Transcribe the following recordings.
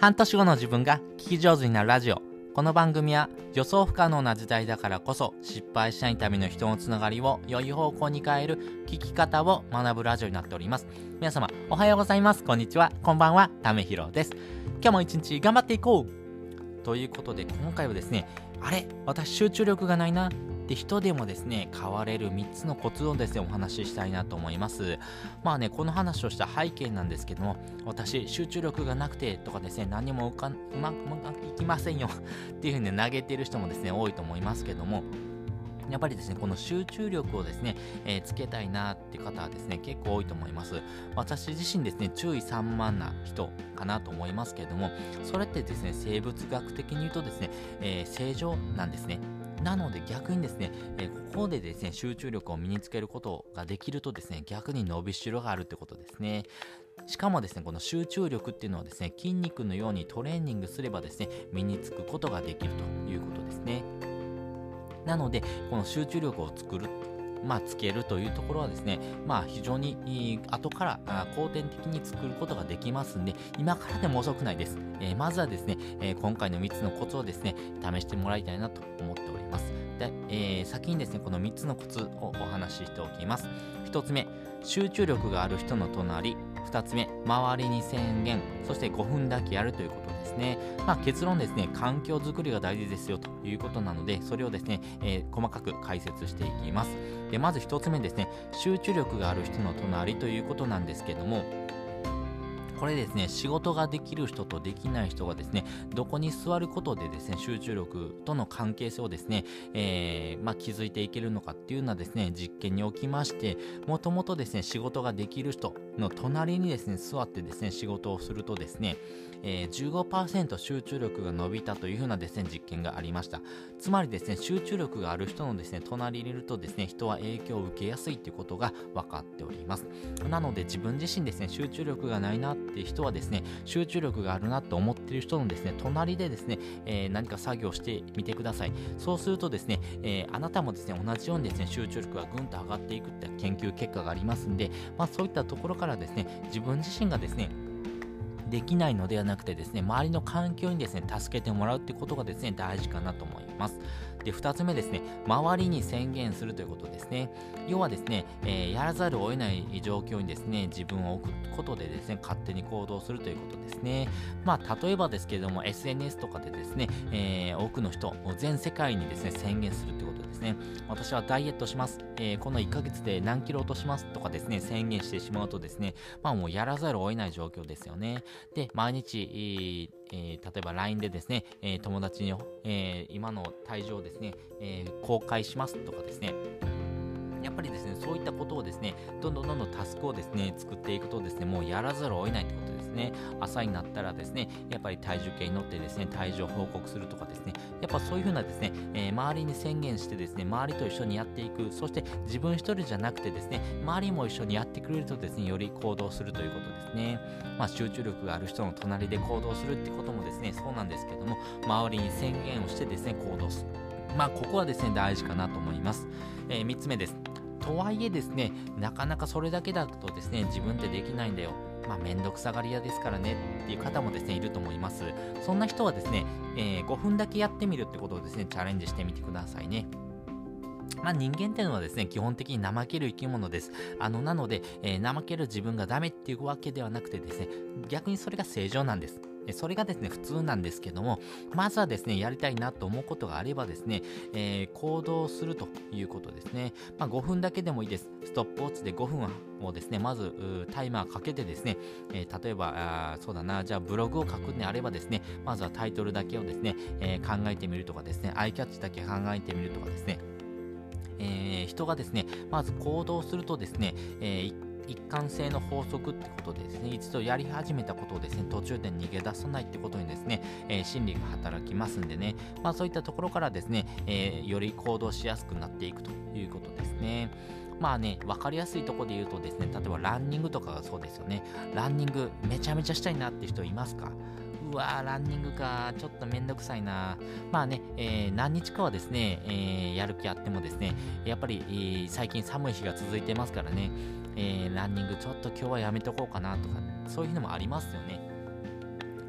半年後の自分が聞き上手になるラジオ。この番組は予想不可能な時代だからこそ失敗しないための人のつながりを良い方向に変える聞き方を学ぶラジオになっております。皆様おはようございます。こんにちは。こんばんは。ためひろです。今日も一日頑張っていこうということで、今回はですね、私集中力がないなって人でもですね変われる3つのコツをですねお話ししたいなと思います。この話をした背景なんですけども、私集中力がなくてとかですね、何もうまくいきませんよっていう風に投げている人もですね多いと思いますけども、やっぱりですね、この集中力をですね、つけたいなって方はですね、結構多いと思います。私自身ですね、注意散漫な人かなと思いますけれども、それってですね、生物学的に言うとですね、正常なんですね。なので逆にですね、ここでですね、集中力を身につけることができるとですね、逆に伸びしろがあるってことですね。しかもですね、この集中力っていうのはですね、筋肉のようにトレーニングすればですね、身につくことができるということですね。なので、この集中力をつけるというところはですね、非常に後から後天的に作ることができますんで、今からでも遅くないです。まずはですね、今回の3つのコツをですね、試してもらいたいなと思っております。で、先にですね、この3つのコツをお話ししておきます。1つ目、集中力がある人の隣。2つ目、周りに宣言。そして5分だけやるということですね。結論ですね、環境づくりが大事ですよということなので、それをですね、細かく解説していきます。で、まず1つ目ですね、集中力がある人の隣ということなんですけども、これですね、仕事ができる人とできない人がですね、どこに座ることでですね、集中力との関係性をですね、築いていけるのかっていうのはですね、実験におきまして、もともとですね、仕事ができる人の隣にですね、座ってですね、仕事をするとですね、15% 集中力が伸びたというふうなですね、実験がありました。つまりですね、集中力がある人のですね、隣にいるとですね、人は影響を受けやすいということが分かっております。なので自分自身ですね、集中力がないなって人はですね、集中力があるなと思っている人のですね、隣でですね、何か作業してみてください。そうするとですね、あなたもですね、同じようにですね、集中力がぐんと上がっていくって研究結果がありますんで、そういったところからですね、自分自身がですね、できないのではなくてですね、周りの環境にですね、助けてもらうってことがですね、大事かなと思います。で、2つ目ですね、周りに宣言するということですね。要はですね、やらざるを得ない状況にですね、自分を置くことでですね、勝手に行動するということですね。例えばですけれども、SNS とかでですね、多くの人、全世界にですね、宣言するということですね。私はダイエットします。この1ヶ月で何キロ落としますとかですね、宣言してしまうとですね、もうやらざるを得ない状況ですよね。で、毎日、例えば LINE でですね、友達に、今の体重をですね、公開しますとかですね、やっぱりですね、そういったことをですね、どんどんタスクをですね、作っていくとですね、もうやらざるを得ないということですね。朝になったらですね、やっぱり体重計に乗ってですね、体重を報告するとかですね、やっぱそういうふうなですね、周りに宣言してですね、周りと一緒にやっていく、そして自分一人じゃなくてですね、周りも一緒にやってくれるとですね、より行動するということですね。集中力がある人の隣で行動するってこともですね、そうなんですけども、周りに宣言をしてですね、行動する。ここはですね、大事かなと思います。3つ目です。とはいえですね、なかなかそれだけだとですね、自分ってできないんだよ。めんどくさがり屋ですからねっていう方もですね、いると思います。そんな人はですね、5分だけやってみるってことをですね、チャレンジしてみてくださいね。人間っていうのはですね、基本的に怠ける生き物です。なので、怠ける自分がダメっていうわけではなくてですね、逆にそれが正常なんです。それがですね、普通なんですけども、まずはですね、やりたいなと思うことがあればですね、行動するということですね。5分だけでもいいです。ストップウォッチで5分をですね、まずタイマーかけてですね、例えば、そうだな、じゃあブログを書くんであればですね、まずはタイトルだけをですね、考えてみるとかですね、アイキャッチだけ考えてみるとかですね、人がですね、まず行動するとですね、一貫性の法則ってことでですね、一度やり始めたことをですね、途中で逃げ出さないってことにですね、心理が働きますんでね、そういったところからですね、より行動しやすくなっていくということですね。わかりやすいところで言うとですね、例えばランニングとかがそうですよね。ランニングめちゃめちゃしたいなって人いますか？ランニングか、ちょっとめんどくさいな。何日かはですね、やる気あってもですね、やっぱり、最近寒い日が続いてますからね、ランニングちょっと今日はやめとこうかなとか、そういうのもありますよね。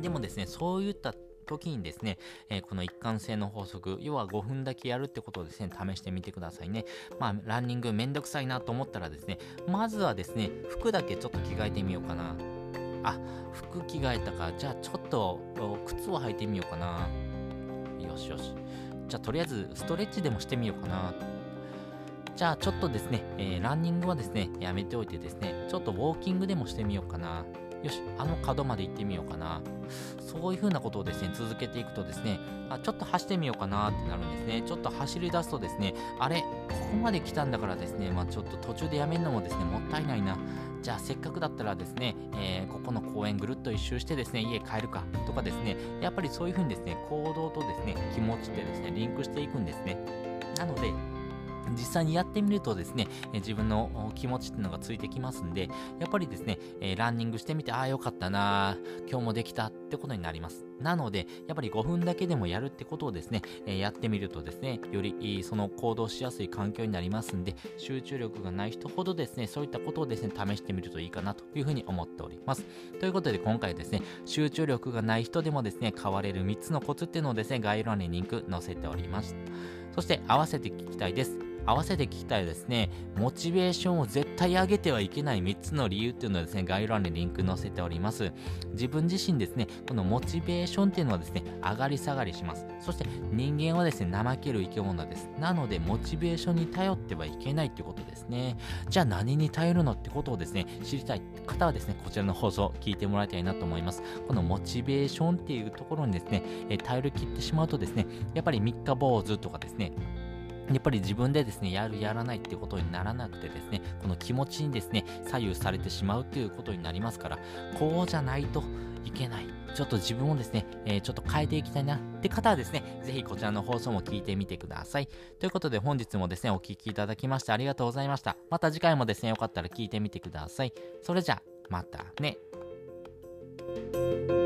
でもですね、そういった時にですね、この一貫性の法則、要は5分だけやるってことをですね、試してみてくださいね。ランニングめんどくさいなと思ったらですね、まずはですね、服だけちょっと着替えてみようかな。服着替えたか。じゃあちょっと靴を履いてみようかな。よしよし。じゃあとりあえずストレッチでもしてみようかな。じゃあちょっとですね、ランニングはですね、やめておいてですね、ちょっとウォーキングでもしてみようかな。よし、角まで行ってみようかな。そういう風なことをですね、続けていくとですね、ちょっと走ってみようかなってなるんですね。ちょっと走り出すとですね、ここまで来たんだからですね、ちょっと途中でやめるのもですね、もったいないな。じゃあせっかくだったらですね、ここの公園ぐるっと一周してですね、家帰るかとかですね、やっぱりそういう風にですね、行動とですね、気持ちってですね、リンクしていくんですね。なので、実際にやってみるとですね、自分の気持ちっていうのがついてきますんで、やっぱりですね、ランニングしてみて、よかったな、今日もできたってことになります。なので、やっぱり5分だけでもやるってことをですね、やってみるとですね、よりその行動しやすい環境になりますんで、集中力がない人ほどですね、そういったことをですね、試してみるといいかなというふうに思っております。ということで、今回ですね、集中力がない人でもですね、変われる3つのコツっていうのをですね、概要欄にリンク載せております。そして、合わせて聞きたいです。合わせて聞きたいですね、モチベーションを絶対上げてはいけない3つの理由っていうのをですね、概要欄にリンク載せております。自分自身ですね、このモチベーションっていうのはですね、上がり下がりします。そして人間はですね、怠ける生き物です。なので、モチベーションに頼ってはいけないっていうことですね。じゃあ何に頼るのってことをですね、知りたい方はですね、こちらの放送聞いてもらいたいなと思います。このモチベーションっていうところにですね、頼り切ってしまうとですね、やっぱり三日坊主とかですね、やっぱり自分でですね、やるやらないっていうことにならなくてですね、この気持ちにですね、左右されてしまうっていうことになりますから、こうじゃないといけない。ちょっと自分をですね、ちょっと変えていきたいなって方はですね、ぜひこちらの放送も聞いてみてください。ということで本日もですね、お聞きいただきましてありがとうございました。また次回もですね、よかったら聞いてみてください。それじゃ、またね。